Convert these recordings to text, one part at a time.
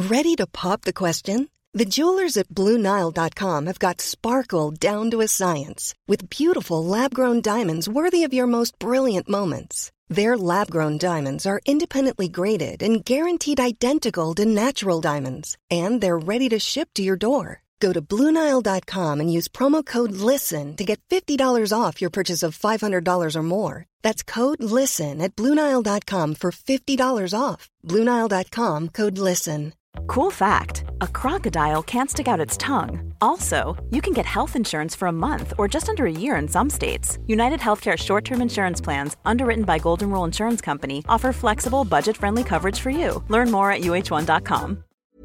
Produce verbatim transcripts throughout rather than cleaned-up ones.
Ready to pop the question? The jewelers at Blue Nile dot com have got sparkle down to a science with beautiful lab-grown diamonds worthy of your most brilliant moments. Their lab-grown diamonds are independently graded and guaranteed identical to natural diamonds, and they're ready to ship to your door. Go to Blue Nile dot com and use promo code LISTEN to get fifty dollars off your purchase of five hundred dollars or more. That's code LISTEN at Blue Nile dot com for fifty dollars off. Blue Nile dot com, code LISTEN. Cool fact, a crocodile can't stick out its tongue. Also, you can get health insurance for a month or just under a year in some states. United Healthcare short-term insurance plans, underwritten by Golden Rule Insurance Company, offer flexible, budget-friendly coverage for you. Learn more at U H one dot com.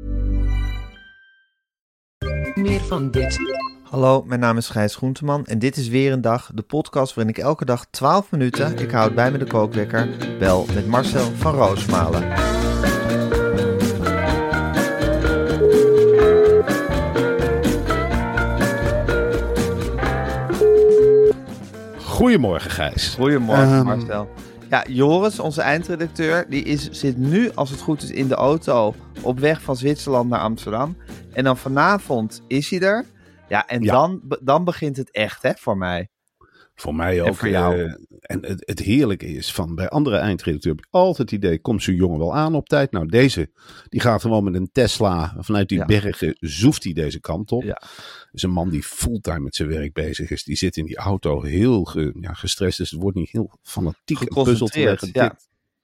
Meer van dit. Hallo, mijn naam is Gijs Groenteman en dit is weer een dag, de podcast waarin ik elke dag twaalf minuten, ik houd bij me de kookwekker, bel met Marcel van Roosmalen. Goedemorgen, Gijs. Goedemorgen, um, Marcel. Ja, Joris, onze eindredacteur, die is, zit nu, als het goed is, in de auto op weg van Zwitserland naar Amsterdam. En dan vanavond is hij er. Ja, en ja. Dan, dan begint het echt, hè, voor mij. Voor mij ook. En voor jou. Uh, en het, het heerlijke is, van bij andere eindredacteuren heb ik altijd het idee, komt zo'n jongen wel aan op tijd? Nou, deze, die gaat gewoon met een Tesla vanuit die ja. bergen, zoeft hij deze kant op. Ja. Dus een man die fulltime met zijn werk bezig is, die zit in die auto heel ge, ja, gestrest, dus het wordt niet heel fanatiek en puzzel te leggen. Ja.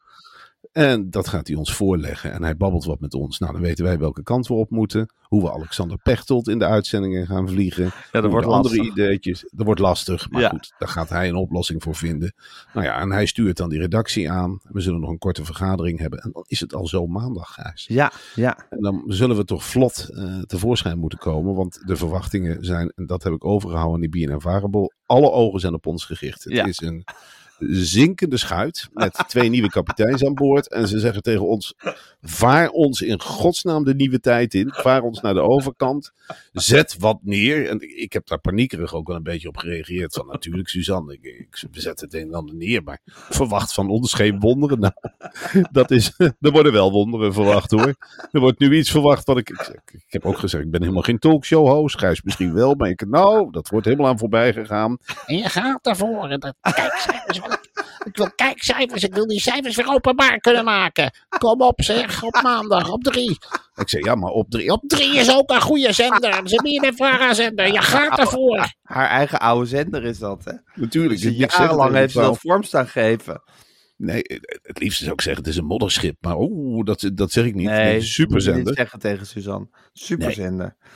En dat gaat hij ons voorleggen. En hij babbelt wat met ons. Nou, dan weten wij welke kant we op moeten. Hoe we Alexander Pechtold in de uitzendingen gaan vliegen. Ja, dat wordt andere lastig. ideetjes. Dat wordt lastig. Maar ja. goed, daar gaat hij een oplossing voor vinden. Nou ja, en hij stuurt dan die redactie aan. We zullen nog een korte vergadering hebben. En dan is het al zo maandag, Gijs. Ja, ja. En dan zullen we toch vlot uh, tevoorschijn moeten komen. Want de verwachtingen zijn, en dat heb ik overgehouden aan die B N N Variable. Alle ogen zijn op ons gericht. Het ja. is een zinkende schuit met twee nieuwe kapiteins aan boord. En ze zeggen tegen ons, vaar ons in godsnaam de nieuwe tijd in. Vaar ons naar de overkant. Zet wat neer. En ik heb daar paniekerig ook wel een beetje op gereageerd. Van natuurlijk, Suzanne, ik, ik, we zetten het een en ander neer. Maar verwacht van ons geen wonderen. Nou, dat is, er worden wel wonderen verwacht, hoor. Er wordt nu iets verwacht wat ik... Ik, ik heb ook gezegd, ik ben helemaal geen talkshow-host. Gijs misschien wel, maar ik... Nou, dat wordt helemaal aan voorbij gegaan. En je gaat ervoor. En dat kijkcijfers... Ik wil kijkcijfers, ik wil die cijfers weer openbaar kunnen maken. Kom op zeg, op maandag, op drie. Ik zeg, ja, maar op drie... Op drie is ook een goede zender. Dat is een B N N-Vara-zender. Je gaat ervoor. Haar, haar eigen oude zender is dat, hè? Natuurlijk. Dus jarenlang heeft ze dat vorm staan geven. Nee, het liefst zou ik zeggen, het is een modderschip. Maar oeh, dat, dat zeg ik niet. Nee, een superzender. Niet zeggen tegen Suzanne. Superzender. Nee.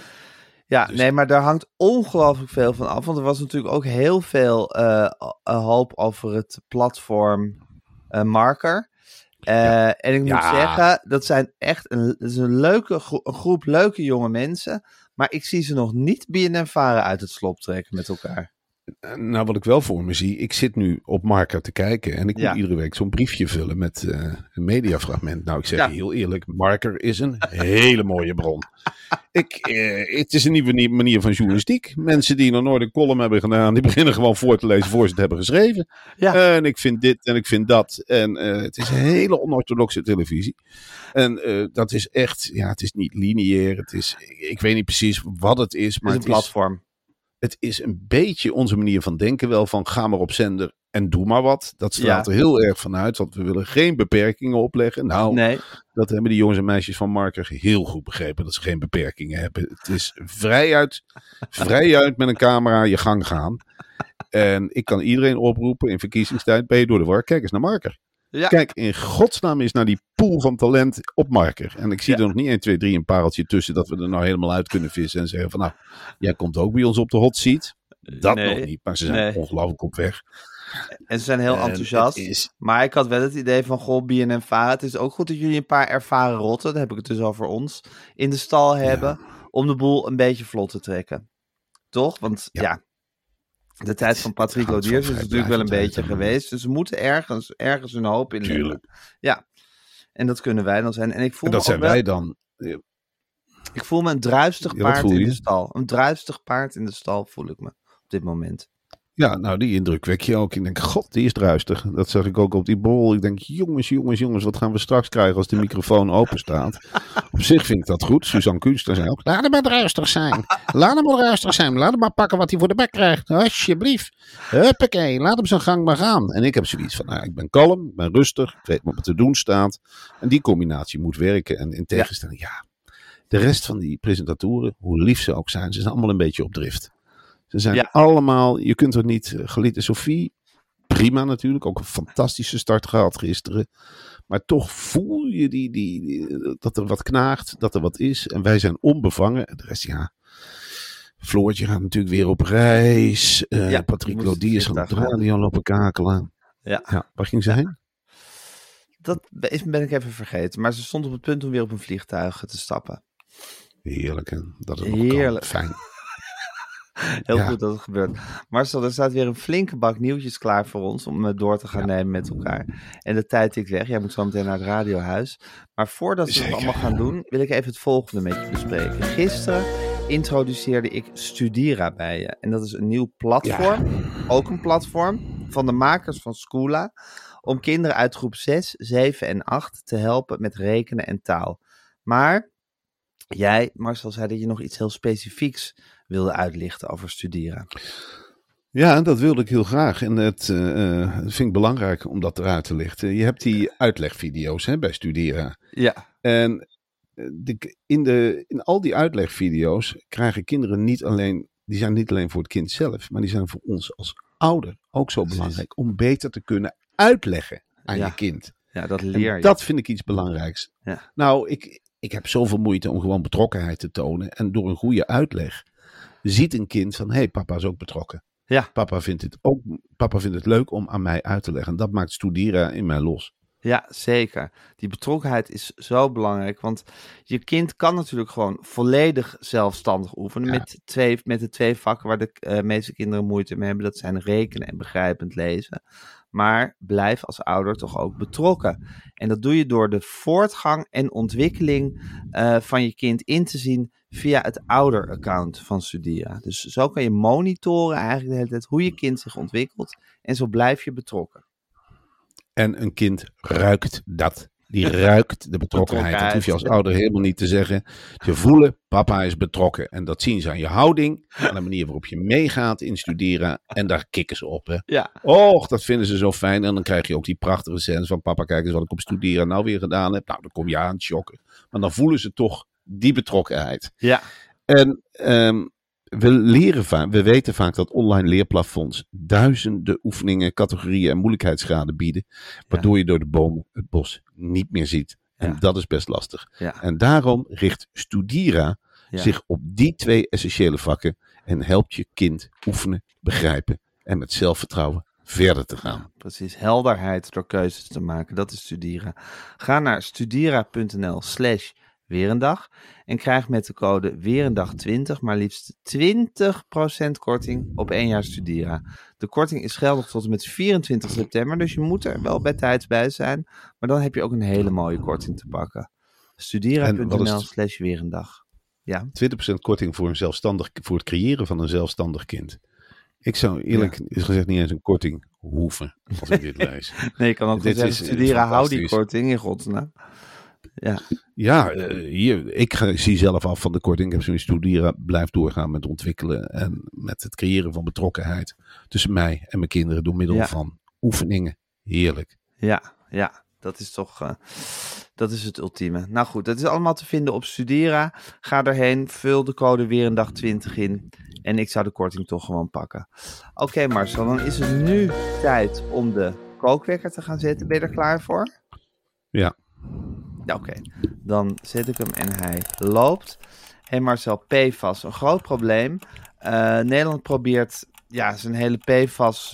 Ja, dus. nee, maar daar hangt ongelooflijk veel van af. Want er was natuurlijk ook heel veel uh, hoop over het platform uh, Marker. Uh, ja. En ik moet ja. zeggen, dat zijn echt een, dat is een leuke gro- een groep leuke jonge mensen. Maar ik zie ze nog niet B N N-Vara uit het slop trekken met elkaar. Nou, wat ik wel voor me zie, ik zit nu op Marker te kijken en ik moet ja. iedere week zo'n briefje vullen met uh, een mediafragment. Nou, ik zeg ja. je heel eerlijk, Marker is een hele mooie bron. Ik, uh, het is een nieuwe manier van journalistiek. Mensen die nog nooit een column hebben gedaan, die beginnen gewoon voor te lezen voor ze het hebben geschreven. Ja. Uh, en ik vind dit en ik vind dat. En uh, het is een hele onorthodoxe televisie. En uh, dat is echt, ja, het is niet lineair. Het is, ik weet niet precies wat het is, maar het is een het platform. Is, Het is een beetje onze manier van denken wel van ga maar op zender en doe maar wat. Dat straalt ja. er heel erg van uit, want we willen geen beperkingen opleggen. Nou, nee. dat hebben die jongens en meisjes van Marker heel goed begrepen, dat ze geen beperkingen hebben. Het is vrijuit, vrijuit met een camera je gang gaan. En ik kan iedereen oproepen in verkiezingstijd, ben je door de war, kijk eens naar Marker. Ja. Kijk in godsnaam eens naar die pool van talent op Marker. En ik zie ja. er nog niet één, twee, drie een pareltje tussen dat we er nou helemaal uit kunnen vissen en zeggen van nou, jij komt ook bij ons op de hot seat. Dat nee, nog niet, maar ze zijn nee. ongelooflijk op weg. En ze zijn heel en enthousiast. Is... Maar ik had wel het idee van, goh, B N N-Vara, het is ook goed dat jullie een paar ervaren rotten, daar heb ik het dus al voor ons, in de stal hebben, ja. om de boel een beetje vlot te trekken. Toch? Want ja... ja de tijd van Patrick Lodiers is natuurlijk wel een beetje geweest. Dus we moeten ergens, ergens een hoop in. Tuurlijk. Ja. En dat kunnen wij dan zijn. En ik voel en dat me zijn wel, wij dan. Ik voel me een druistig paard ja, in de stal. Een druistig paard in de stal voel ik me op dit moment. Ja, nou die indruk wek je ook. Ik denk, god, die is druistig. Dat zag ik ook op die borrel. Ik denk, jongens, jongens, jongens, wat gaan we straks krijgen als de microfoon open staat? Op zich vind ik dat goed. Suzanne Kunster zei ook, laat hem maar druistig zijn. Laat hem maar druistig zijn. Laat hem maar pakken wat hij voor de bek krijgt. Alsjeblieft. Huppakee, laat hem zijn gang maar gaan. En ik heb zoiets van, nou, ik ben kalm, ik ben rustig. Ik weet wat me te doen staat. En die combinatie moet werken. En in tegenstelling, ja. ja, de rest van die presentatoren, hoe lief ze ook zijn, ze zijn allemaal een beetje op drift. Ze zijn ja. allemaal, je kunt er niet, uh, Geliefde Sophie, prima natuurlijk, ook een fantastische start gehad gisteren. Maar toch voel je die, die, die, dat er wat knaagt, dat er wat is. En wij zijn onbevangen. De rest, ja, Floortje gaat natuurlijk weer op reis. Uh, ja, Patrick Lodier is aan het radio lopen kakelen. Ja. ja. Waar ging ze heen? Dat is, ben ik even vergeten. Maar ze stond op het punt om weer op een vliegtuig te stappen. Heerlijk, hè? Dat is Heerlijk. Fijn. Heel ja. goed dat het gebeurt. Marcel, er staat weer een flinke bak nieuwtjes klaar voor ons om door te gaan ja. nemen met elkaar. En de tijd tikt weg. Jij moet zo meteen naar het radiohuis. Maar voordat we het allemaal gaan doen, wil ik even het volgende met je bespreken. Gisteren introduceerde ik Studira bij je. En dat is een nieuw platform. Ja. Ook een platform van de makers van Schoola. Om kinderen uit groep zes, zeven en acht te helpen met rekenen en taal. Maar jij, Marcel, zei dat je nog iets heel specifieks wilde uitlichten over Studira. Ja, dat wilde ik heel graag. En het uh, vind ik belangrijk om dat eruit te lichten. Je hebt die uitlegvideo's hè, bij Studira. Ja. En de, in, de, in al die uitlegvideo's krijgen kinderen niet alleen, die zijn niet alleen voor het kind zelf, maar die zijn voor ons als ouder ook zo belangrijk om beter te kunnen uitleggen aan ja. je kind. Ja, dat leer je. En dat vind ik iets belangrijks. Ja. Nou, ik, ik heb zoveel moeite om gewoon betrokkenheid te tonen. En door een goede uitleg ziet een kind van, hé, hey, papa is ook betrokken. Ja. Papa vindt het ook, papa vindt het leuk om aan mij uit te leggen. En dat maakt Studira in mij los. Ja, zeker. Die betrokkenheid is zo belangrijk, want je kind kan natuurlijk gewoon volledig zelfstandig oefenen ja. met, twee, met de twee vakken waar de uh, meeste kinderen moeite mee hebben. Dat zijn rekenen en begrijpend lezen. Maar blijf als ouder toch ook betrokken. En dat doe je door de voortgang en ontwikkeling uh, van je kind in te zien via het ouder-account van Studira. Dus zo kan je monitoren eigenlijk de hele tijd hoe je kind zich ontwikkelt en zo blijf je betrokken. En een kind ruikt dat. Die ruikt de betrokkenheid. Dat hoef je als ouder helemaal niet te zeggen. Ze voelen, papa is betrokken. En dat zien ze aan je houding. Aan de manier waarop je meegaat in Studira. En daar kikken ze op. Hè. Ja. Och, dat vinden ze zo fijn. En dan krijg je ook die prachtige scènes van papa, kijk eens wat ik op Studira nou weer gedaan heb. Nou, dan kom je aan het shocken. Maar dan voelen ze toch die betrokkenheid. Ja. En um, we leren vaak, we weten vaak dat online leerplafonds duizenden oefeningen, categorieën en moeilijkheidsgraden bieden, waardoor ja. je door de bomen het bos niet meer ziet. En ja. dat is best lastig. Ja. En daarom richt Studira ja. zich op die twee essentiële vakken en helpt je kind oefenen, begrijpen en met zelfvertrouwen verder te gaan. Ja, precies, helderheid door keuzes te maken, dat is Studira. Ga naar studira.nl slash weer een dag en krijg met de code weer een dag twintig maar liefst twintig procent korting op één jaar Studira. De korting is geldig tot en met vierentwintig september, dus je moet er wel bij tijds bij zijn, maar dan heb je ook een hele mooie korting te pakken. Studira.nl slash weer een dag. Ja. twintig procent korting voor, een zelfstandig, voor het creëren van een zelfstandig kind. Ik zou eerlijk ja. gezegd niet eens een korting hoeven als ik dit lees. Nee, je kan ook dit zeggen, Studira, hou die korting in godsnaam. Ja, ja uh, hier, ik ga, zie zelf af van de korting. Ik heb zo'n Studira, blijf doorgaan met ontwikkelen en met het creëren van betrokkenheid tussen mij en mijn kinderen door middel ja. van oefeningen. Heerlijk. Ja, ja, dat is toch, uh, dat is het ultieme. Nou goed, dat is allemaal te vinden op Studira. Ga erheen, vul de code weer een dag twintig in en ik zou de korting toch gewoon pakken. Oké okay, Marcel, dan is het nu tijd om de kookwekker te gaan zetten. Ben je er klaar voor? Ja. Oké, okay. Dan zet ik hem en hij loopt. Hey Marcel, P F A S, een groot probleem. Uh, Nederland probeert ja, zijn hele P F A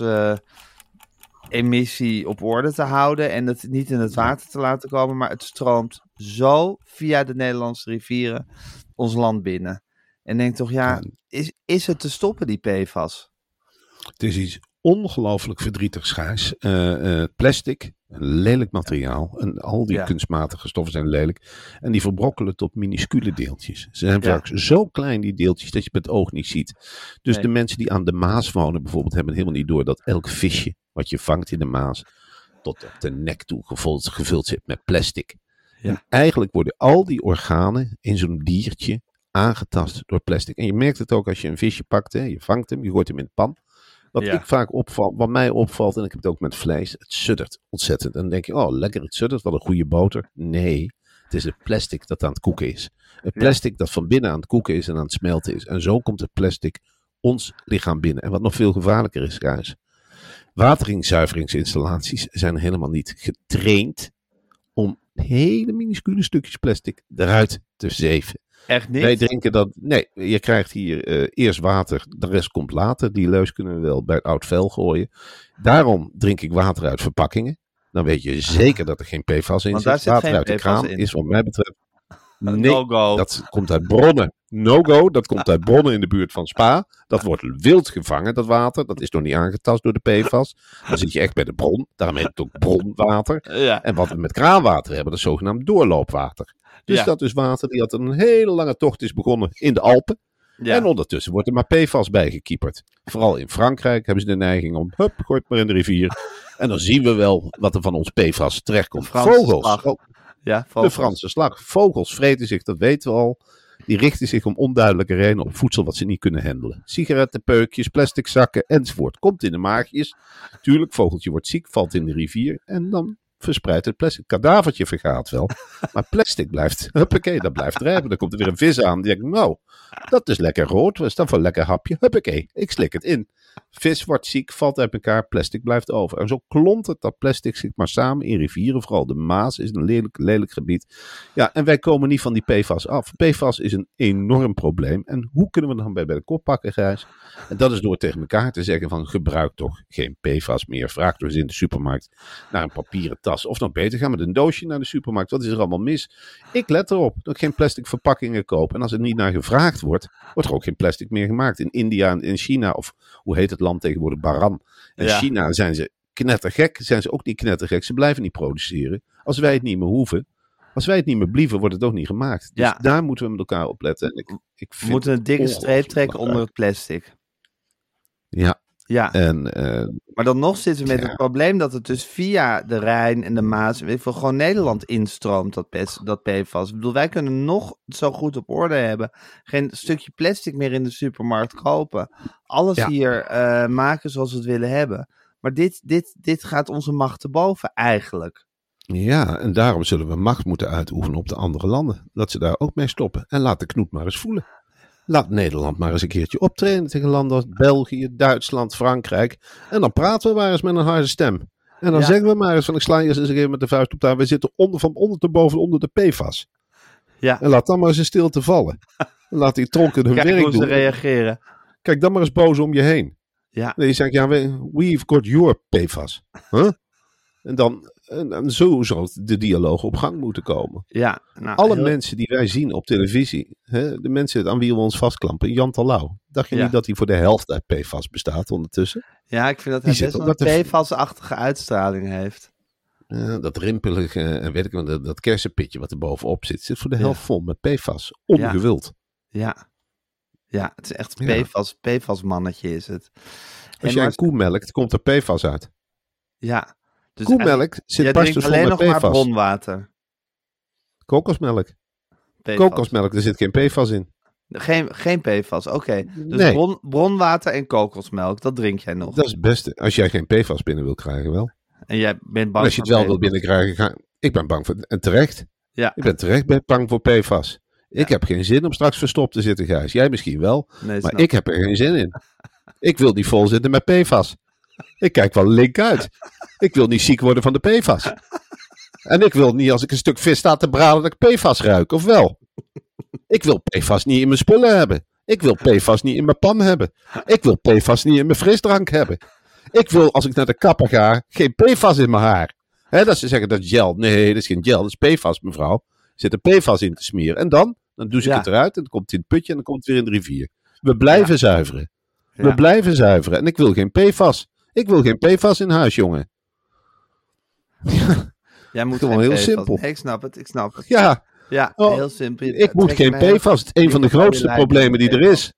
S-emissie uh, op orde te houden en het niet in het water te laten komen, maar het stroomt zo via de Nederlandse rivieren ons land binnen. En denk toch, ja, is, is het te stoppen, die P F A S? Het is iets ongelooflijk verdrietig schaars. Uh, uh, plastic, een lelijk materiaal. En al die Ja. kunstmatige stoffen zijn lelijk. En die verbrokkelen tot minuscule deeltjes. Ze zijn Ja. vaak zo klein, die deeltjes, dat je met het oog niet ziet. Dus Nee. de mensen die aan de Maas wonen bijvoorbeeld, hebben helemaal niet door dat elk visje wat je vangt in de Maas tot op de nek toe gevuld, gevuld zit met plastic. Ja. En eigenlijk worden al die organen in zo'n diertje aangetast door plastic. En je merkt het ook als je een visje pakt, hè, je vangt hem, je gooit hem in de pan. Wat Ja. ik vaak opval, wat mij opvalt, en ik heb het ook met vlees, het suddert ontzettend. En dan denk je, oh lekker, het suddert, wat een goede boter. Nee, het is het plastic dat aan het koeken is. Het Ja. plastic dat van binnen aan het koeken is en aan het smelten is. En zo komt het plastic ons lichaam binnen. En wat nog veel gevaarlijker is, guys. Wateringzuiveringsinstallaties zijn helemaal niet getraind om hele minuscule stukjes plastic eruit te zeven. Echt niet? Wij drinken dat. Nee, je krijgt hier uh, eerst water, de rest komt later. Die leus kunnen we wel bij het oud vel gooien. Daarom drink ik water uit verpakkingen. Dan weet je zeker dat er geen P F A S in Want zit. daar zit Water geen uit de P F A S kraan in. is wat mij betreft. Nee, No-go. dat komt uit bronnen. No-go, dat komt uit bronnen in de buurt van Spa. Dat wordt wild gevangen, dat water. Dat is nog niet aangetast door de P F A S. Dan zit je echt bij de bron. Daarom heet het ook bronwater. Ja. En wat we met kraanwater hebben, dat is zogenaamd doorloopwater. Dus Ja. dat is water die had een hele lange tocht is begonnen in de Alpen. Ja. En ondertussen wordt er maar P F A S bijgekieperd. Vooral in Frankrijk hebben ze de neiging om, hup, gooi het maar in de rivier. En dan zien we wel wat er van ons P F A S terechtkomt. De Franse Vogels. slag. Oh, Ja, de vogels. Franse slag. Vogels vreten zich, dat weten we al. Die richten zich om onduidelijke redenen op voedsel wat ze niet kunnen handelen. Sigarettenpeukjes, plastic zakken enzovoort. Komt in de maagjes. Tuurlijk, vogeltje wordt ziek, valt in de rivier. En dan verspreidt het plastic. Kadavertje vergaat wel. Maar plastic blijft, huppakee, dat blijft drijven. Dan komt er weer een vis aan. Die denkt, nou, dat is lekker rood. Wat is dat voor een lekker hapje? Huppakee, ik slik het in. Vis wordt ziek, valt uit elkaar, plastic blijft over. En zo klont het dat plastic zich maar samen in rivieren. Vooral de Maas is een lelijk, lelijk gebied. Ja, en wij komen niet van die P F A S af. P F A S is een enorm probleem. En hoe kunnen we dan bij, bij de kop pakken, Gijs? En dat is door tegen elkaar te zeggen van gebruik toch geen P F A S meer. Vraag dus in de supermarkt naar een papieren tas. Of nog beter, ga met een doosje naar de supermarkt. Wat is er allemaal mis? Ik let erop dat ik geen plastic verpakkingen koop. En als er niet naar gevraagd wordt, wordt er ook geen plastic meer gemaakt. In India en in China, of hoe heet het land tegenwoordig, Baran. In Ja. China zijn ze knettergek. Zijn ze ook niet knettergek. Ze blijven niet produceren. Als wij het niet meer hoeven, als wij het niet meer blieven, wordt het ook niet gemaakt. Dus Ja. daar moeten we met elkaar op letten. En ik, ik We vind moeten een dikke het streep ongelooflijk trekken onder het plastic. Ja, Ja, en eh, maar dan nog zitten we met Ja. het probleem dat het dus via de Rijn en de Maas, weet ik veel, gewoon Nederland instroomt, dat, pes- dat P F A S. Ik bedoel, wij kunnen nog zo goed op orde hebben. Geen stukje plastic meer in de supermarkt kopen. Alles Ja. hier eh, maken zoals we het willen hebben. Maar dit, dit, dit gaat onze macht te boven eigenlijk. ja, en daarom zullen we macht moeten uitoefenen op de andere landen. Dat ze daar ook mee stoppen. En laat de knoet maar eens voelen. Laat Nederland maar eens een keertje optreden tegen landen als België, Duitsland, Frankrijk. En dan praten we maar eens met een harde stem. En dan Ja. zeggen we maar eens van ik sla je eens een keer met de vuist op tafel. We zitten onder, van onder te boven onder de P F A S. Ja, En laat dan maar eens in stilte vallen. En laat die tronken hun kijk werk hoe ze doen. reageren. Kijk dan maar eens boos om je heen. Ja, Nee, je zegt, ja, we, we've got your P F A S. Huh? En dan, en, en zo zou de dialoog op gang moeten komen. ja. Nou, Alle heel- mensen die wij zien op televisie, hè, de mensen aan wie we ons vastklampen, Jan Terlouw. Dacht je Ja. niet dat hij voor de helft uit P F A S bestaat ondertussen? Ja, ik vind dat Die hij zit best ook wel wat te- een P F A S-achtige uitstraling heeft. Uh, dat rimpelige, en weet ik wel, dat, dat kersenpitje wat er bovenop zit, zit voor de Ja. helft vol met P F A S. Ongewild. Ja. Ja, het is echt een Ja. P F A S, P F A S-mannetje is het. Als Hey, jij maar- een koe melkt, komt er P F A S uit. Ja. Dus Koemelk zit jij pas drinkt dus vol alleen met nog maar P F A S. bronwater. Kokosmelk. P F A S. Kokosmelk, er zit geen P F A S in. Geen, geen P F A S, oké. Dus Nee. bron, bronwater en kokosmelk, dat drink jij nog. Dat is het beste. Als jij geen P F A S binnen wil krijgen, wel. En jij bent bang Maar als je het voor wel P F A S. wil binnenkrijgen, ga... ik ben bang voor... En terecht. Ja. Ik ben terecht ben bang voor P F A S. Ik heb geen zin om straks verstopt te zitten, Gijs. Jij misschien wel. Nee, Maar snap ik heb er geen zin in. Ik wil niet vol zitten met P F A S. Ik kijk wel link uit. Ik wil niet ziek worden van de P F A S. En ik wil niet als ik een stuk vis sta te braden dat ik P F A S ruik, of wel? Ik wil P F A S niet in mijn spullen hebben. Ik wil P F A S niet in mijn pan hebben. Ik wil P F A S niet in mijn frisdrank hebben. Ik wil, als ik naar de kapper ga, geen P F A S in mijn haar. Hè, dat ze zeggen dat is gel. Nee, dat is geen gel, dat is P F A S, mevrouw. Er zit een P F A S in te smeren. En dan? Dan doe ik Ja. het eruit en dan komt het in het putje en dan komt het weer in de rivier. We blijven zuiveren. We Ja. blijven zuiveren. En ik wil geen P F A S. Ik wil geen P F A S in huis, jongen. Jij moet gewoon heel simpel. Nee, ik snap het, ik snap het. Ja. Ja, oh, heel simpel. Ik moet geen P F A S. Het is een van de grootste problemen die er is.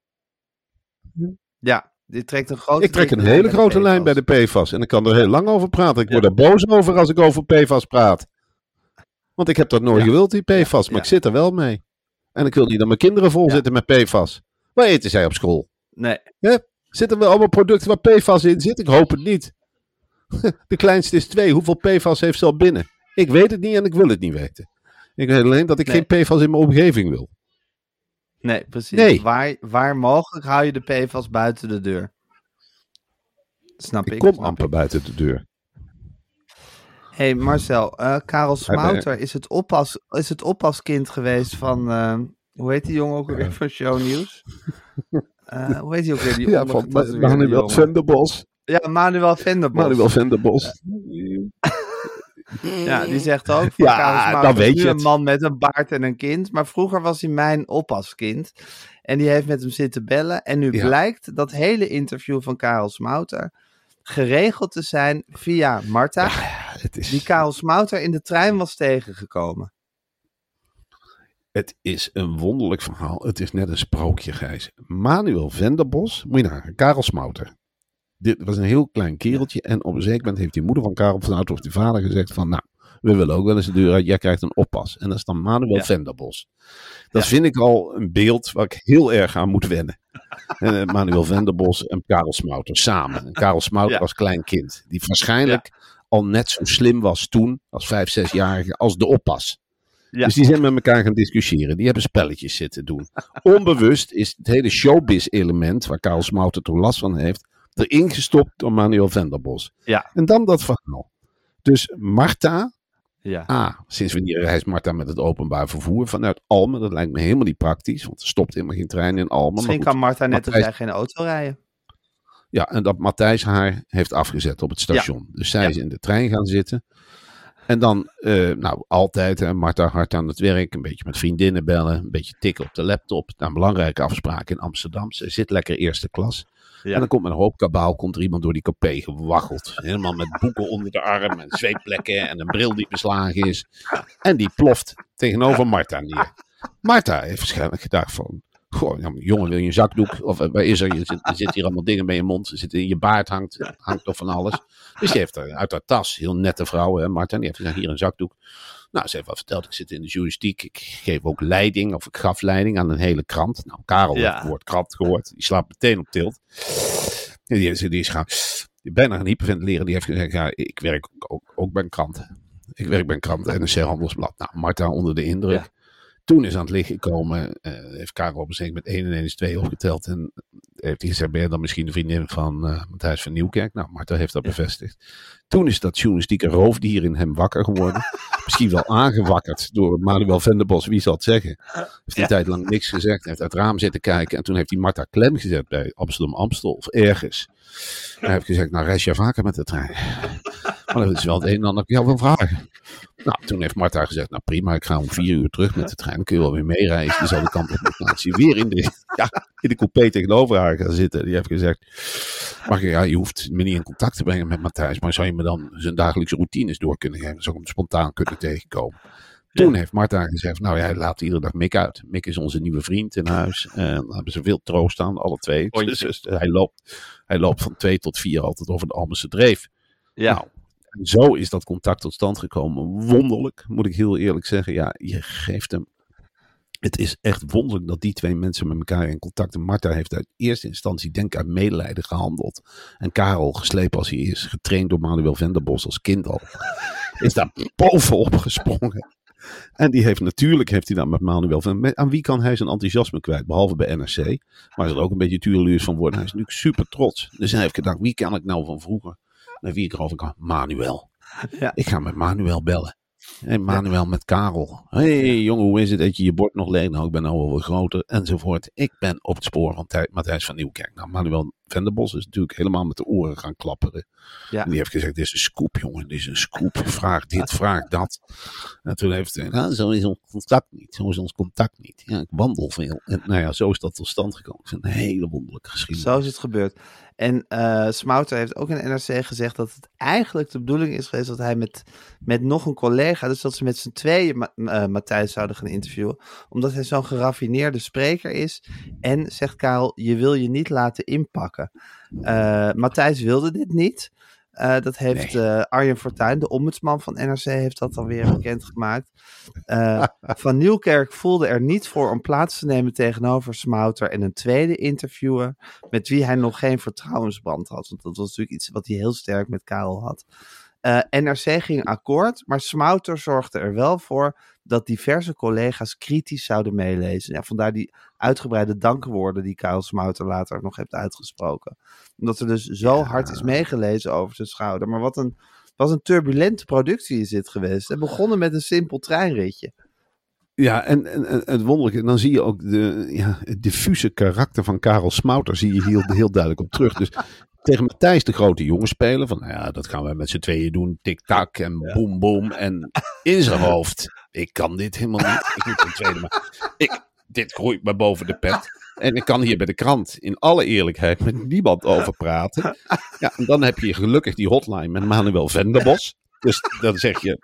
Ja, dit trekt een grote Ik trek een hele grote lijn bij de P F A S. En ik kan er heel lang over praten. Ik word er boos over als ik over P F A S praat. Want ik heb dat nooit ja. gewild, die P F A S. Maar ja. ik zit er wel mee. En ik wil niet dat mijn kinderen vol ja. zitten met P F A S. Waar eten zij op school? Nee. Ja? Zitten wel allemaal producten waar P F A S in zit? Ik hoop het niet. De kleinste is twee. Hoeveel P F A S heeft ze al binnen? Ik weet het niet en ik wil het niet weten. Ik weet alleen dat ik nee. geen P F A S in mijn omgeving wil. Nee, precies. Nee. Waar, waar mogelijk hou je de P F A S buiten de deur. Snap ik. Ik kom snap amper ik. buiten de deur. Hé hey Marcel, uh, Karel Smouter is het, oppas, is het oppaskind geweest van, uh, hoe heet die jongen ook weer van Shownieuws? Uh, hoe heet die ook weer? Die ja, van Manuel Venderbos. Ja, Manuel Venderbos. Manuel Venderbos. Ja, die zegt ook, van ja, Karel Smouter, dan weet je een het. man met een baard en een kind. Maar vroeger was hij mijn oppaskind. En die heeft met hem zitten bellen. En nu ja. blijkt dat hele interview van Karel Smouter geregeld te zijn via Marta, ja, het is... die Karel Smouter in de trein was tegengekomen. Het is een wonderlijk verhaal. Het is net een sprookje, Gijs. Manuel Venderbos, moet je naar Karel Smouter. Dit was een heel klein kereltje en op een zeker moment heeft die moeder van Karel vanuit of die vader gezegd van, nou, we willen ook wel eens de deur uit, jij krijgt een oppas. En dat is dan Manuel ja. Venderbos. Dat ja. vind ik al een beeld waar ik heel erg aan moet wennen. En, uh, Manuel Venderbos en Karel Smouter samen. En Karel Smouter ja. als klein kind. Die waarschijnlijk ja. al net zo slim was toen, als vijf, zesjarige, als de oppas. Ja. Dus die zijn met elkaar gaan discussiëren. Die hebben spelletjes zitten doen. Onbewust is het hele showbiz-element, waar Karel Smouter toch last van heeft, erin gestopt door Manuel Venderbos. Ja. En dan dat verhaal. Dus Marta, ja. ah, sinds wanneer reist Marta met het openbaar vervoer vanuit Almen? Dat lijkt me helemaal niet praktisch, want er stopt helemaal geen trein in Almen. Misschien kan Marta net als jij geen auto rijden. Ja, en dat Matthijs haar heeft afgezet op het station. Ja. Dus zij ja. is in de trein gaan zitten. En dan, uh, nou, altijd, hè, Marta hard aan het werk, een beetje met vriendinnen bellen, een beetje tikken op de laptop. Een belangrijke afspraak in Amsterdam. Ze zit lekker eerste klas. Ja. En dan komt met een hoop kabaal, komt er iemand door die coupé gewaggeld. Helemaal met boeken onder de arm en zweetplekken en een bril die beslagen is. En die ploft tegenover Marta neer. Marta heeft waarschijnlijk gedacht van, goh, jongen, wil je een zakdoek? Of waar is er? Je zit, er zitten hier allemaal dingen bij je mond. Er zit in je baard, hangt, hangt toch van alles. Dus die heeft er uit haar tas, heel nette vrouw, hè, Marta, die heeft gezegd, hier een zakdoek. Nou, ze heeft wat verteld, ik zit in de journalistiek, ik geef ook leiding, of ik gaf leiding aan een hele krant. Nou, Karel ja. heeft het woord krant gehoord, die slaapt meteen op tilt. En die, die, die is gaan, die bijna gaan hyperventileren, die heeft gezegd, ja, ik werk ook, ook bij een krant. Ik werk bij een krant, N R C Handelsblad. Nou, Marta onder de indruk. Ja. Toen is aan het licht gekomen, uh, heeft Karel op een zeker met één en één is twee opgeteld. En heeft hij gezegd, ben je dan misschien de vriendin van uh, Matthijs van Nieuwkerk? Nou, Marta heeft dat ja. bevestigd. Toen is dat journalistieke roofdier in hem wakker geworden. Misschien wel aangewakkerd door Manuel Venderbos, wie zal het zeggen. Heeft die ja. tijd lang niks gezegd, heeft uit het raam zitten kijken. En toen heeft hij Marta klem gezet bij Amsterdam-Amstel of ergens. Hij heeft gezegd, nou reis je vaker met de trein. Maar dat is wel het een en ander dat ik jou wil vragen. Nou, toen heeft Marta gezegd, nou prima, ik ga om vier uur terug met de trein. Dan kun je wel weer meereizen. Die zal de kant op de plaats. Die weer in de, ja, in de coupé tegenover haar gaan zitten. Die heeft gezegd, mag je, ja, je hoeft me niet in contact te brengen met Matthijs. Maar zou je me dan zijn dagelijkse routines door kunnen geven? Zou ik hem spontaan kunnen tegenkomen? Toen heeft Marta gezegd, nou ja, laat iedere dag Mick uit. Mick is onze nieuwe vriend in huis. En dan hebben ze veel troost aan, alle twee. Dus, dus hij, loopt, hij loopt van twee tot vier altijd over de Almense Dreef. Ja. Nou, en zo is dat contact tot stand gekomen. Wonderlijk, moet ik heel eerlijk zeggen. Ja, je geeft hem... Het is echt wonderlijk dat die twee mensen met elkaar in contact... En Marta heeft uit eerste instantie, denk ik, uit medelijden gehandeld. En Karel, geslepen als hij is, getraind door Manuel Venderbos als kind al... is daar bovenop gesprongen. En die heeft natuurlijk, heeft hij dan met Manuel van, aan wie kan hij zijn enthousiasme kwijt? Behalve bij N R C. Maar hij is er ook een beetje tureluurs van worden. Hij is natuurlijk super trots. Dus hij heeft gedacht, wie kan ik nou van vroeger? Met wie ik erover kan? Manuel. Ja. Ik ga met Manuel bellen. Hey, Manuel ja. met Karel. Hé hey, jongen, hoe is het? Eet je je bord nog leeg? Nou, ik ben nou wel wat groter. Enzovoort. Ik ben op het spoor van Thij- Matthijs van Nieuwkerk. Nou, Manuel Venderbos is natuurlijk helemaal met de oren gaan klapperen. Ja. En die heeft gezegd, dit is een scoop, jongen. Dit is een scoop. Vraag dit, vraag dat. En toen heeft hij gezegd, ah, zo is ons contact niet. Zo is ons contact niet. Ja, ik wandel veel. En nou ja, zo is dat tot stand gekomen. Ik vind het een hele wonderlijke geschiedenis. Zo is het gebeurd. En uh, Smouter heeft ook in N R C gezegd dat het eigenlijk de bedoeling is geweest dat hij met, met nog een collega, dus dat ze met z'n tweeën Ma- uh, Matthijs zouden gaan interviewen, omdat hij zo'n geraffineerde spreker is. En, zegt Karel, je wil je niet laten inpakken. Uh, Matthijs wilde dit niet. Uh, dat heeft nee. uh, Arjen Fortuyn, de ombudsman van N R C, heeft dat dan weer bekendgemaakt. Uh, Van Nieuwkerk voelde er niet voor om plaats te nemen tegenover Smouter en een tweede interviewer met wie hij nog geen vertrouwensband had. Want dat was natuurlijk iets wat hij heel sterk met Karel had. Uh, N R C ging akkoord, maar Smouter zorgde er wel voor dat diverse collega's kritisch zouden meelezen. Ja, vandaar die uitgebreide dankwoorden die Karel Smouter later nog heeft uitgesproken. Omdat er dus zo ja. hard is meegelezen over zijn schouder. Maar wat een, wat een turbulente productie is dit geweest. Het begonnen met een simpel treinritje. Ja, en, en, en het wonderlijke, dan zie je ook de, ja, het diffuse karakter van Karel Smouter zie je hier heel duidelijk op terug. Dus tegen Matthijs de grote jongen spelen, van nou ja, dat gaan we met z'n tweeën doen, tik-tak en ja. boem boem. En in zijn hoofd, ik kan dit helemaal niet, ik moet een tweede, maar ik, dit groeit me boven de pet. En ik kan hier bij de krant in alle eerlijkheid met niemand over praten. Ja, en dan heb je gelukkig die hotline met Manuel Venderbos. Dus dan zeg je,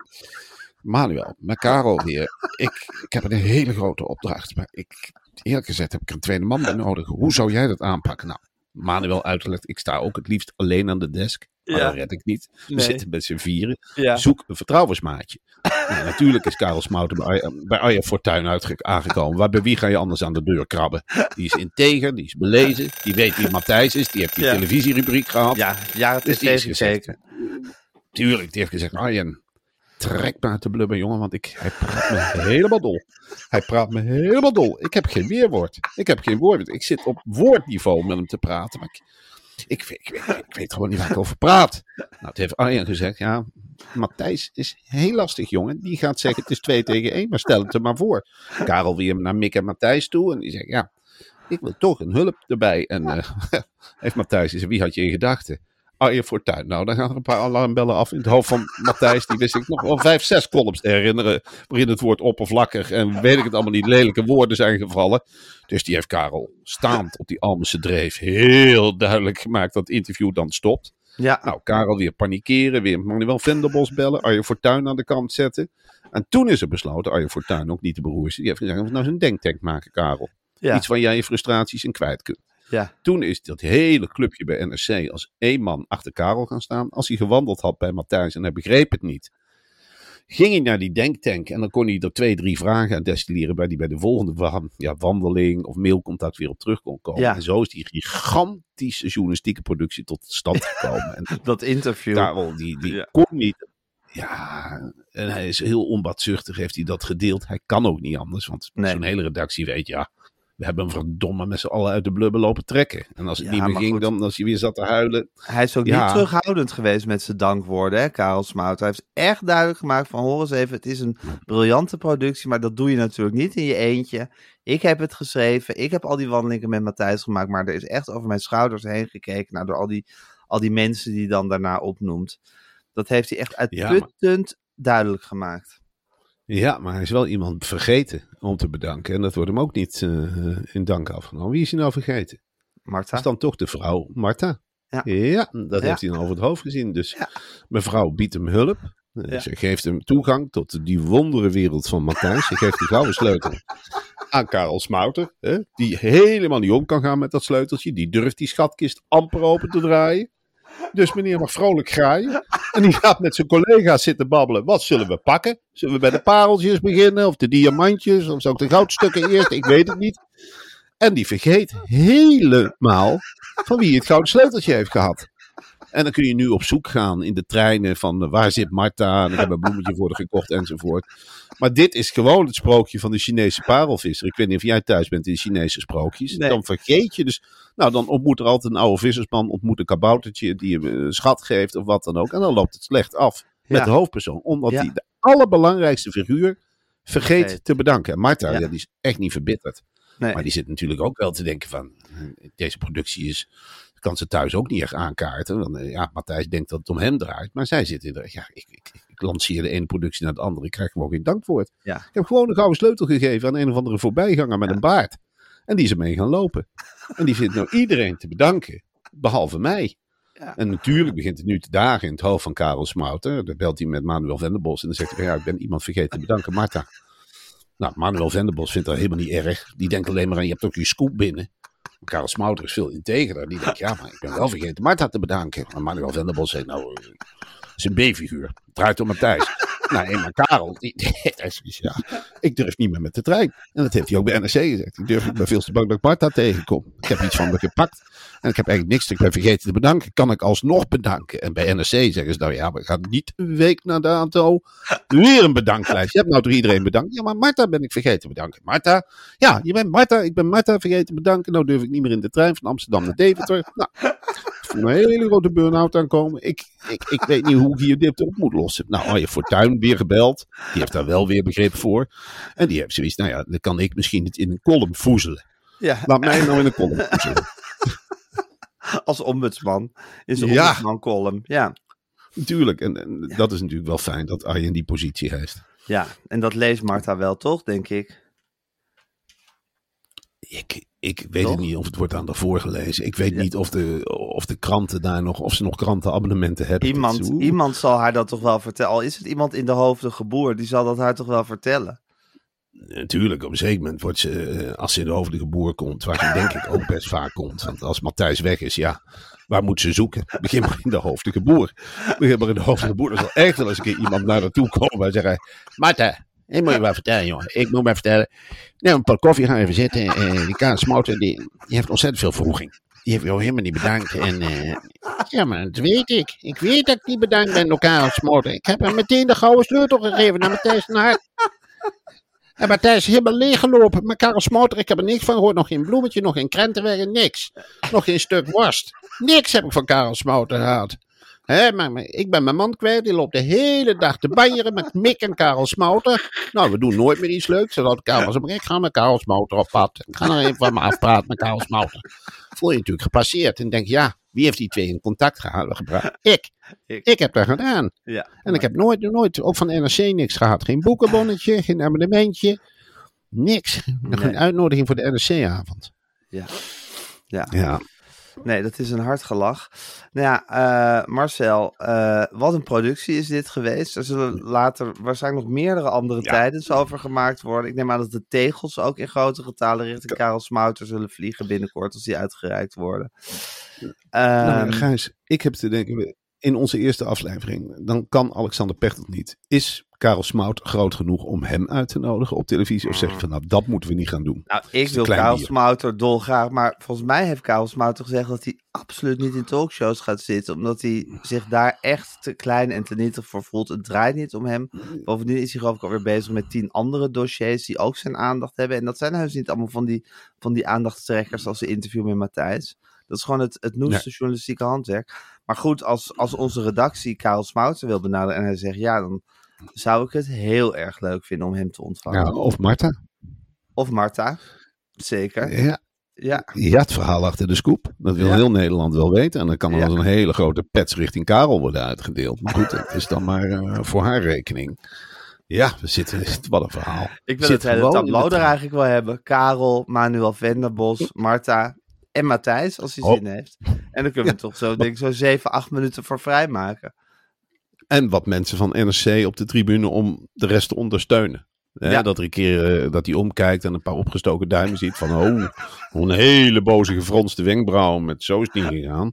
Manuel, met Karel weer, ik, ik heb een hele grote opdracht, maar ik, eerlijk gezegd heb ik er een tweede man bij nodig. Hoe zou jij dat aanpakken? Nou, Manuel uitgelegd, ik sta ook het liefst alleen aan de desk. Maar ja. dat red ik niet. We nee. zitten met z'n vieren. Ja. Zoek een vertrouwensmaatje. Nou, natuurlijk is Karel Smouter bij, bij Arjen Fortuyn uitge- aangekomen. Waar, bij wie ga je anders aan de deur krabben? Die is integer, die is belezen. Die weet wie Matthijs is. Die heeft die ja. televisierubriek gehad. Ja, jaren dus die is gezegd. Tuurlijk, die heeft gezegd, Arjen, trek me uit de blubber, jongen. Want ik, hij praat me helemaal dol. Hij praat me helemaal dol. Ik heb geen weerwoord. Ik heb geen woord. Ik zit op woordniveau met hem te praten. Maar ik... Ik weet, ik, weet, ik weet gewoon niet waar ik over praat. Nou, het heeft Arjen gezegd, ja, Matthijs is heel lastig, jongen. Die gaat zeggen, het is twee tegen één, maar stel het er maar voor. Karel weer naar Mick en Matthijs toe en die zegt, ja, ik wil toch een hulp erbij. En uh, heeft Matthijs gezegd, wie had je in gedachten? Arjen Fortuyn. Nou, dan gaan er een paar alarmbellen af in het hoofd van Matthijs. Die wist ik nog wel vijf, zes columns te herinneren. Waarin het woord oppervlakkig en weet ik het allemaal niet, lelijke woorden zijn gevallen. Dus die heeft Karel staand op die Almense dreef heel duidelijk gemaakt dat het interview dan stopt. Ja. Nou, Karel weer panikeren, weer Manuel Venderbos bellen, Arjen Fortuyn aan de kant zetten. En toen is er besloten, Arjen Fortuyn ook niet te beroersen. Die heeft gezegd, we nou eens een denktank maken, Karel. Ja. Iets waar jij je frustraties in kwijt kunt. Ja. Toen is dat hele clubje bij N R C als één man achter Karel gaan staan. Als hij gewandeld had bij Matthijs en hij begreep het niet, ging hij naar die denktank en dan kon hij er twee, drie vragen aan destilleren bij die bij de volgende ja, wandeling of mailcontact weer op terug kon komen. Ja. En zo is die gigantische journalistieke productie tot stand gekomen. En dat interview. Karel, die, die ja. kon niet. Ja, en hij is heel onbaatzuchtig, heeft hij dat gedeeld. Hij kan ook niet anders, want nee. zo'n hele redactie weet, ja, we hebben hem verdomme met z'n allen uit de blubber lopen trekken. En als het ja, niet meer ging, goed. dan als hij weer zat te huilen. Hij is ook ja. niet terughoudend geweest met zijn dankwoorden, hè, Karel Smouter. Hij heeft echt duidelijk gemaakt van, hoor eens even, het is een briljante productie, maar dat doe je natuurlijk niet in je eentje. Ik heb het geschreven, ik heb al die wandelingen met Matthijs gemaakt, maar er is echt over mijn schouders heen gekeken, nou, door al die, al die mensen die hij dan daarna opnoemt. Dat heeft hij echt uitputtend ja, maar... duidelijk gemaakt. Ja, maar hij is wel iemand vergeten om te bedanken. En dat wordt hem ook niet uh, in dank afgenomen. Wie is hij nou vergeten? Martha. Dat is dan toch de vrouw Martha. Ja, ja dat ja. heeft hij dan over het hoofd gezien. Dus ja. mevrouw biedt hem hulp. Ja. Ze geeft hem toegang tot die wonderenwereld van Matthijs. Ze geeft die gouden sleutel aan Karel Smouter. Hè, die helemaal niet om kan gaan met dat sleuteltje. Die durft die schatkist amper open te draaien. Dus meneer mag vrolijk graaien. En die gaat met zijn collega's zitten babbelen. Wat zullen we pakken? Zullen we bij de pareltjes beginnen? Of de diamantjes? Of zou ik de goudstukken eerst? Ik weet het niet. En die vergeet helemaal van wie het gouden sleuteltje heeft gehad. En dan kun je nu op zoek gaan in de treinen van waar zit Martha? En ik heb een bloemetje voor haar gekocht enzovoort. Maar dit is gewoon het sprookje van de Chinese parelvisser. Ik weet niet of jij thuis bent in Chinese sprookjes. Nee. Dan vergeet je dus. Nou, dan ontmoet er altijd een oude vissersman, ontmoet een kaboutertje die hem een schat geeft of wat dan ook. En dan loopt het slecht af met ja. de hoofdpersoon. Omdat hij ja. de allerbelangrijkste figuur vergeet okay. te bedanken. En Martha, ja. Ja, die is echt niet verbitterd. Nee. Maar die zit natuurlijk ook wel te denken van, deze productie is kan ze thuis ook niet echt aankaarten. Want, uh, ja, Matthijs denkt dat het om hem draait. Maar zij zit in de... Ja, ik, ik, ik lanceer de ene productie naar de andere. Ik krijg gewoon geen dank voor het. Ja. Ik heb gewoon een gouden sleutel gegeven aan een of andere voorbijganger met ja. een baard. En die is ermee gaan lopen. En die vindt nou iedereen te bedanken. Behalve mij. Ja. En natuurlijk begint het nu te dagen in het hoofd van Karel Smouter. Dan belt hij met Manuel Venderbos. En dan zegt hij, ja, ik ben iemand vergeten te bedanken. Marta. Nou, Manuel Venderbos vindt dat helemaal niet erg. Die denkt alleen maar aan, je hebt ook je scoop binnen. Karel Smouter is veel integerder. Die denkt, ja, maar ik ben wel vergeten Marta te bedanken. Maar Manuel Venderbos zegt, nou, dat is een B-figuur. Het draait om Matthijs. Nou, nee, maar Karel, die, die, ja, ik durf niet meer met de trein. En dat heeft hij ook bij N R C gezegd. Ik durf, ik ben veel te bang dat ik Marta tegenkom. Ik heb iets van me gepakt. En ik heb eigenlijk niks, ik ben vergeten te bedanken. Kan ik alsnog bedanken? En bij N R C zeggen ze, nou ja, we gaan niet een week na dato weer een bedanklijst. Je hebt nou toch iedereen bedankt? Ja, maar Marta ben ik vergeten te bedanken. Marta, ja, je bent Marta, ik ben Marta vergeten te bedanken. Nou durf ik niet meer in de trein van Amsterdam naar Deventer. Nou, ik voel een hele grote burn-out aankomen. Ik, ik, ik weet niet hoe ik hier dit op moet lossen. Nou, oh, je Fortuyn weer gebeld. Die heeft daar wel weer begrip voor. En die heeft zoiets, nou ja, dan kan ik misschien het in een column voezelen. Ja. Laat mij nou in een column voezelen. Als ombudsman. Is een ja. ombudsman column. Ja. Natuurlijk. En, en dat is natuurlijk wel fijn dat Arjen die positie heeft. Ja, en dat leest Marta wel toch, denk ik? Ik, ik weet toch? Het niet of het wordt aan de voorgelezen. Ik weet ja. niet of de, of de kranten daar nog, of ze nog krantenabonnementen hebben. Iemand, iemand zal haar dat toch wel vertellen. Al is het iemand in de hoofdige boer, die zal dat haar toch wel vertellen. Natuurlijk, op een zeker moment wordt ze, als ze in de hoofdige boer komt, waar ze denk ik ook best vaak komt. Want als Matthijs weg is, ja, waar moet ze zoeken? Begin maar in de hoofdige boer. Begin maar in de hoofdige boer. Er zal echt wel eens een keer iemand naar naartoe komen en zeggen, Marta, ik moet je wel vertellen, jongen. Ik moet maar vertellen. Nou, een paar koffie gaan even zitten. Uh, die Karel Smouter, die, die heeft ontzettend veel vroeging. Die heeft jou helemaal niet bedankt. En, uh, ja, maar dat weet ik. Ik weet dat ik niet bedankt ben door Karel Smouter. Ik heb hem meteen de gouden sleutel gegeven naar Matthijs van Hart. En Matthijs is helemaal leeggelopen. Maar Karel Smouter, ik heb er niks van gehoord. Nog geen bloemetje, nog geen krentenweg, niks. Nog geen stuk worst. Niks heb ik van Karel Smouter gehad. He, maar, maar ik ben mijn man kwijt. Die loopt de hele dag te banjeren met Mick en Karel Smouter. Nou, we doen nooit meer iets leuks. Zodat ik Karel ik ga met Karel Smouter op pad. Ik ga nog even van me afpraten met Karel Smouter. Voel je natuurlijk gepasseerd. En denk, ja, wie heeft die twee in contact gebracht? Ik. ik. Ik heb dat gedaan. Ja, en maar... ik heb nooit, nooit, ook van N R C niks gehad. Geen boekenbonnetje, geen abonnementje. Niks. Nog nee. Geen uitnodiging voor de N R C-avond. Ja. Ja. Ja. Nee, dat is een hard gelach. Nou ja, uh, Marcel, uh, wat een productie is dit geweest. Er zullen later waarschijnlijk nog meerdere andere ja. titles over gemaakt worden. Ik neem aan dat de tegels ook in grote getalen richting ja. Karel Smouter zullen vliegen binnenkort als die uitgereikt worden. Um, nou, Gijs, ik heb te denken, in onze eerste aflevering, dan kan Alexander Pechtold niet. Is Karel Smouter groot genoeg om hem uit te nodigen op televisie? Of zeg je van, nou, dat moeten we niet gaan doen. Nou, ik wil Karel Smouter dolgraag, maar volgens mij heeft Karel Smouter gezegd dat hij absoluut niet in talkshows gaat zitten, omdat hij zich daar echt te klein en te nietig voor voelt. Het draait niet om hem. Bovendien is hij geloof ik alweer bezig met tien andere dossiers die ook zijn aandacht hebben. En dat zijn heus niet allemaal van die, van die aandachtstrekkers als de interview met Matthijs. Dat is gewoon het, het noemste ja. journalistieke handwerk. Maar goed, als, als onze redactie Karel Smouter wil benaderen en hij zegt ja, dan zou ik het heel erg leuk vinden om hem te ontvangen. Ja, of Marta. Of Marta, zeker. Ja. Ja. ja, het verhaal achter de scoop. Dat wil ja. heel Nederland wel weten. En dan kan er ja. als een hele grote pets richting Karel worden uitgedeeld. Maar goed, het is dan maar uh, voor haar rekening. Ja, we zitten, wat een verhaal. Ik wil het hele tableau er eigenlijk wel hebben. Karel, Manuel Venderbos, Marta en Matthijs, als hij oh. zin heeft. En dan kunnen we ja. toch zo, denk ik, zo zeven, acht minuten voor vrijmaken. En wat mensen van N R C op de tribune om de rest te ondersteunen. Hè, ja. Dat er een keer uh, dat hij omkijkt en een paar opgestoken duimen ziet van oh, een hele boze gefronste wenkbrauw met zo is het niet gegaan.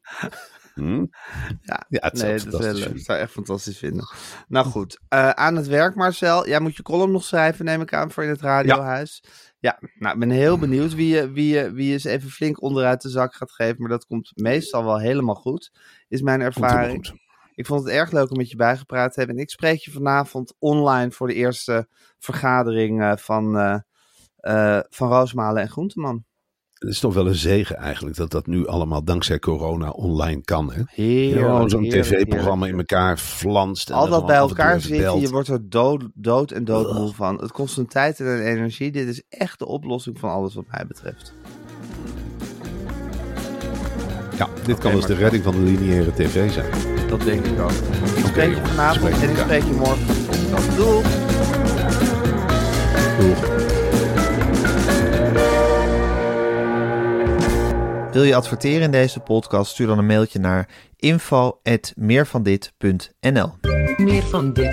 Hm? Ja, ja, het nee, dat is ik zou echt fantastisch vinden. Nou goed, uh, aan het werk Marcel. Jij moet je column nog schrijven, neem ik aan, voor in het radiohuis. Ja. Ja, nou, ik ben heel benieuwd wie je, wie, je, wie je eens even flink onderuit de zak gaat geven. Maar dat komt meestal wel helemaal goed, is mijn ervaring. Ik vond het erg leuk om met je bijgepraat te hebben. En ik spreek je vanavond online voor de eerste vergadering uh, van, uh, uh, van Roosmalen en Groenteman. Het is toch wel een zegen eigenlijk dat dat nu allemaal dankzij corona online kan. Hè? Heerlijk, ja, zo'n heerlijk, tv-programma heerlijk. in elkaar flanst. En al dat bij elkaar zitten, je wordt er dood, dood en doodmoe van. Het kost een tijd en een energie. Dit is echt de oplossing van alles wat mij betreft. Ja, dit kan dus de redding van de lineaire tv zijn. Dat denk ik ook. Ik spreek je vanavond en ik spreek je morgen. Doei. Doeg. Wil je adverteren in deze podcast? Stuur dan een mailtje naar info at meervandit punt n l. Meer van dit.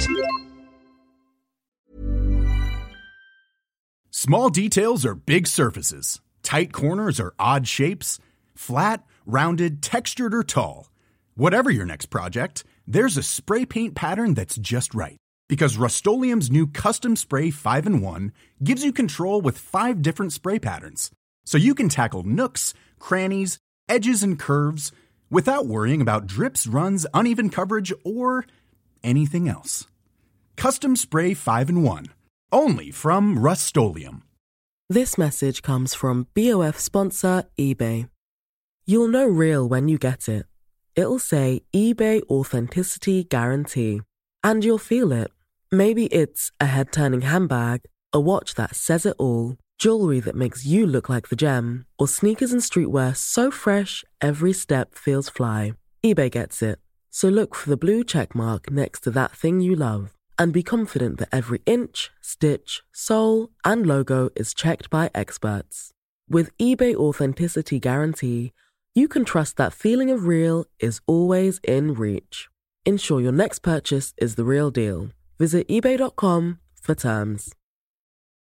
Small details are big surfaces. Tight corners are odd shapes. Flat, rounded, textured, or tall. Whatever your next project, there's a spray paint pattern that's just right. Because Rust-Oleum's new Custom Spray five in one gives you control with five different spray patterns. So you can tackle nooks, crannies, edges, and curves without worrying about drips, runs, uneven coverage, or anything else. Custom Spray five in one. Only from Rust-Oleum. This message comes from B O F sponsor eBay. You'll know real when you get it. It'll say eBay Authenticity Guarantee. And you'll feel it. Maybe it's a head-turning handbag, a watch that says it all, jewelry that makes you look like the gem, or sneakers and streetwear so fresh every step feels fly. eBay gets it. So look for the blue check mark next to that thing you love. And be confident that every inch, stitch, sole, and logo is checked by experts. With eBay Authenticity Guarantee, you can trust that feeling of real is always in reach. Ensure your next purchase is the real deal. Visit ebay dot com for terms.